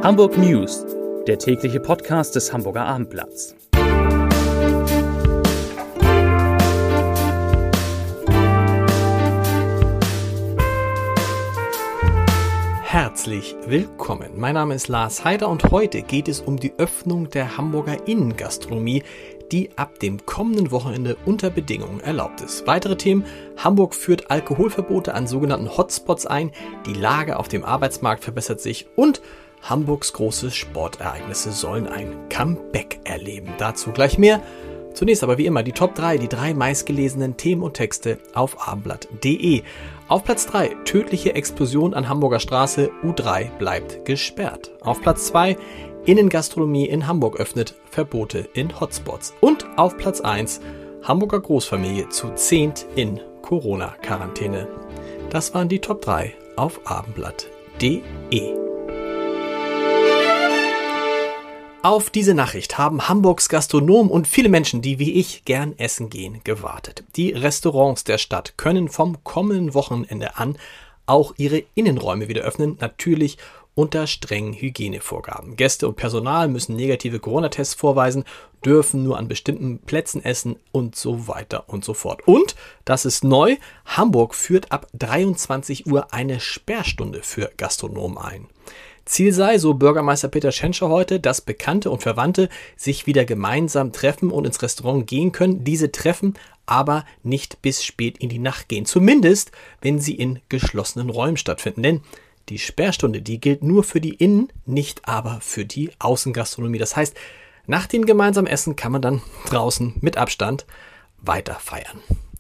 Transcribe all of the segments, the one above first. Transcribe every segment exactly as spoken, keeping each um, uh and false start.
Hamburg News, der tägliche Podcast des Hamburger Abendblatts. Herzlich willkommen. Mein Name ist Lars Heider und heute geht es um die Öffnung der Hamburger Innengastronomie, die ab dem kommenden Wochenende unter Bedingungen erlaubt ist. Weitere Themen: Hamburg führt Alkoholverbote an sogenannten Hotspots ein, die Lage auf dem Arbeitsmarkt verbessert sich und Hamburgs große Sportereignisse sollen ein Comeback erleben. Dazu gleich mehr. Zunächst aber wie immer die Top drei, die drei meistgelesenen Themen und Texte auf abendblatt punkt de. Auf Platz drei, tödliche Explosion an Hamburger Straße, U drei bleibt gesperrt. Auf Platz zwei, Innengastronomie in Hamburg öffnet, Verbote in Hotspots. Und auf Platz eins, Hamburger Großfamilie zu zehnt in Corona-Quarantäne. Das waren die Top drei auf abendblatt punkt de. Auf diese Nachricht haben Hamburgs Gastronomen und viele Menschen, die wie ich gern essen gehen, gewartet. Die Restaurants der Stadt können vom kommenden Wochenende an auch ihre Innenräume wieder öffnen, natürlich unter strengen Hygienevorgaben. Gäste und Personal müssen negative Corona-Tests vorweisen, dürfen nur an bestimmten Plätzen essen und so weiter und so fort. Und, das ist neu, Hamburg führt ab dreiundzwanzig Uhr eine Sperrstunde für Gastronomen ein. Ziel sei, so Bürgermeister Peter Tschentscher heute, dass Bekannte und Verwandte sich wieder gemeinsam treffen und ins Restaurant gehen können. Diese Treffen aber nicht bis spät in die Nacht gehen. Zumindest, wenn sie in geschlossenen Räumen stattfinden. Denn die Sperrstunde, die gilt nur für die Innen-, nicht aber für die Außengastronomie. Das heißt, nach dem gemeinsamen Essen kann man dann draußen mit Abstand weiter feiern.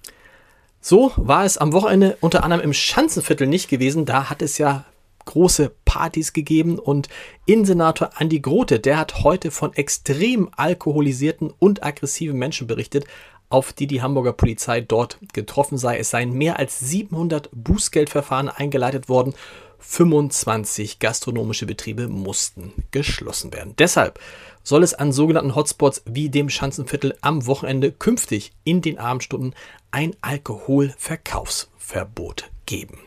So war es am Wochenende unter anderem im Schanzenviertel nicht gewesen. Da hat es ja große Partys gegeben und Innensenator Andi Grote, der hat heute von extrem alkoholisierten und aggressiven Menschen berichtet, auf die die Hamburger Polizei dort getroffen sei. Es seien mehr als siebenhundert Bußgeldverfahren eingeleitet worden. fünfundzwanzig gastronomische Betriebe mussten geschlossen werden. Deshalb soll es an sogenannten Hotspots wie dem Schanzenviertel am Wochenende künftig in den Abendstunden ein Alkoholverkaufsverbot geben.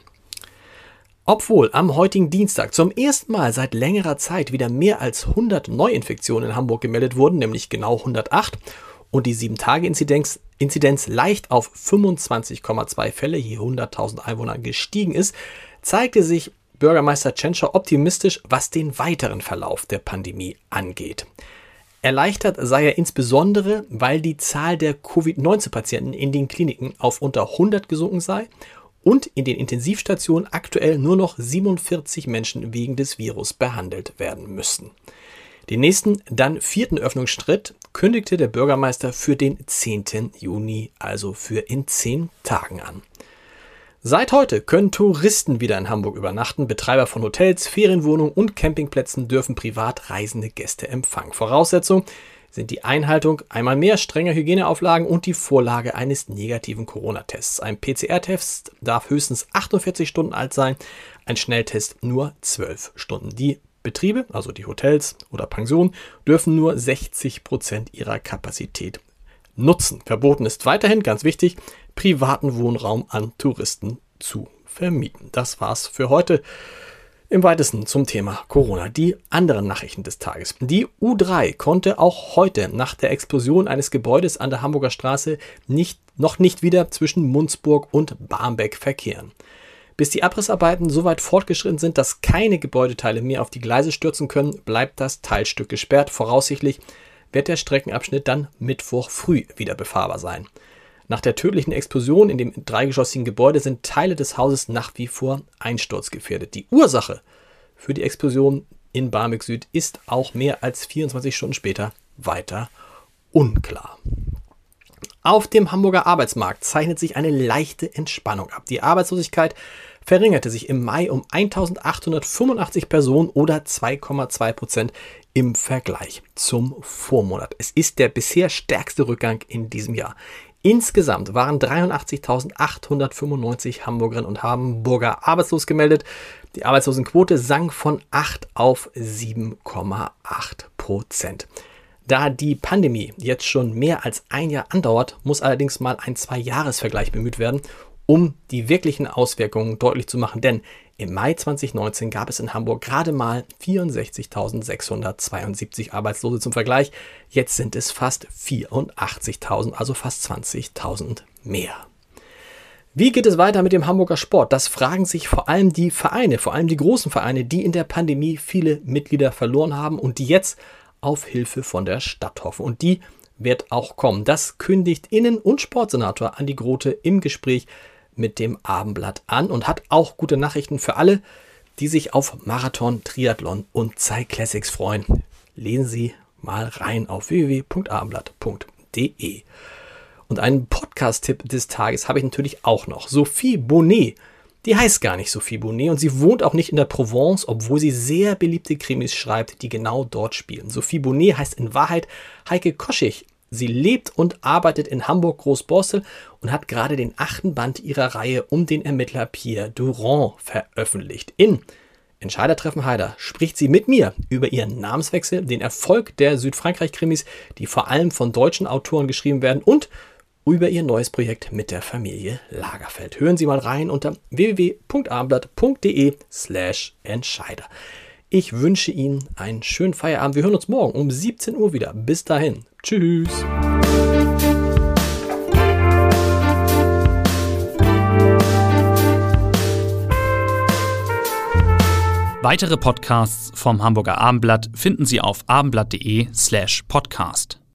Obwohl am heutigen Dienstag zum ersten Mal seit längerer Zeit wieder mehr als hundert Neuinfektionen in Hamburg gemeldet wurden, nämlich genau hundertacht, und die sieben Tage Inzidenz, Inzidenz leicht auf fünfundzwanzig Komma zwei Fälle je hunderttausend Einwohner gestiegen ist, zeigte sich Bürgermeister Tschentscher optimistisch, was den weiteren Verlauf der Pandemie angeht. Erleichtert sei er insbesondere, weil die Zahl der Covid neunzehn Patienten in den Kliniken auf unter hundert gesunken sei und in den Intensivstationen aktuell nur noch siebenundvierzig Menschen wegen des Virus behandelt werden müssten. Den nächsten, dann vierten Öffnungsschritt kündigte der Bürgermeister für den zehnten Juni, also für in zehn Tagen an. Seit heute können Touristen wieder in Hamburg übernachten. Betreiber von Hotels, Ferienwohnungen und Campingplätzen dürfen privat reisende Gäste empfangen. Voraussetzung sind die Einhaltung einmal mehr strenger Hygieneauflagen und die Vorlage eines negativen Corona-Tests. Ein P C R-Test darf höchstens achtundvierzig Stunden alt sein, ein Schnelltest nur zwölf Stunden. Die Betriebe, also die Hotels oder Pensionen, dürfen nur sechzig Prozent ihrer Kapazität nutzen. Verboten ist weiterhin, ganz wichtig, privaten Wohnraum an Touristen zu vermieten. Das war's für heute. Im weitesten zum Thema Corona. Die anderen Nachrichten des Tages. Die U drei konnte auch heute nach der Explosion eines Gebäudes an der Hamburger Straße nicht, noch nicht wieder zwischen Mundsburg und Barmbek verkehren. Bis die Abrissarbeiten so weit fortgeschritten sind, dass keine Gebäudeteile mehr auf die Gleise stürzen können, bleibt das Teilstück gesperrt. Voraussichtlich wird der Streckenabschnitt dann Mittwoch früh wieder befahrbar sein. Nach der tödlichen Explosion in dem dreigeschossigen Gebäude sind Teile des Hauses nach wie vor einsturzgefährdet. Die Ursache für die Explosion in Barmbek Süd ist auch mehr als vierundzwanzig Stunden später weiter unklar. Auf dem Hamburger Arbeitsmarkt zeichnet sich eine leichte Entspannung ab. Die Arbeitslosigkeit verringerte sich im Mai um eintausendachthundertfünfundachtzig Personen oder zwei Komma zwei Prozent im Vergleich zum Vormonat. Es ist der bisher stärkste Rückgang in diesem Jahr. Insgesamt waren dreiundachtzigtausendachthundertfünfundneunzig Hamburgerinnen und Hamburger arbeitslos gemeldet. Die Arbeitslosenquote sank von acht auf sieben Komma acht Prozent. Da die Pandemie jetzt schon mehr als ein Jahr andauert, muss allerdings mal ein Zwei-Jahres-Vergleich bemüht werden, um die wirklichen Auswirkungen deutlich zu machen. Denn im Mai zwanzig neunzehn gab es in Hamburg gerade mal vierundsechzigtausendsechshundertzweiundsiebzig Arbeitslose zum Vergleich. Jetzt sind es fast vierundachtzigtausend, also fast zwanzigtausend mehr. Wie geht es weiter mit dem Hamburger Sport? Das fragen sich vor allem die Vereine, vor allem die großen Vereine, die in der Pandemie viele Mitglieder verloren haben und die jetzt auf Hilfe von der Stadt hoffen. Und die wird auch kommen. Das kündigt Innen- und Sportsenator Andi Grote im Gespräch mit dem Abendblatt an und hat auch gute Nachrichten für alle, die sich auf Marathon, Triathlon und Cyclassics freuen. Lesen Sie mal rein auf w w w punkt abendblatt punkt d e. Und einen Podcast-Tipp des Tages habe ich natürlich auch noch. Sophie Bonnet, die heißt gar nicht Sophie Bonnet und sie wohnt auch nicht in der Provence, obwohl sie sehr beliebte Krimis schreibt, die genau dort spielen. Sophie Bonnet heißt in Wahrheit Heike Koschich. Sie lebt und arbeitet in Hamburg-Großborstel und hat gerade den achten Band ihrer Reihe um den Ermittler Pierre Durand veröffentlicht. In Entscheidertreffen Heider spricht sie mit mir über ihren Namenswechsel, den Erfolg der Südfrankreich-Krimis, die vor allem von deutschen Autoren geschrieben werden, und über ihr neues Projekt mit der Familie Lagerfeld. Hören Sie mal rein unter w w w punkt abendblatt punkt d e slash Entscheider. Ich wünsche Ihnen einen schönen Feierabend. Wir hören uns morgen um siebzehn Uhr wieder. Bis dahin. Tschüss. Weitere Podcasts vom Hamburger Abendblatt finden Sie auf abendblatt punkt de slash podcast.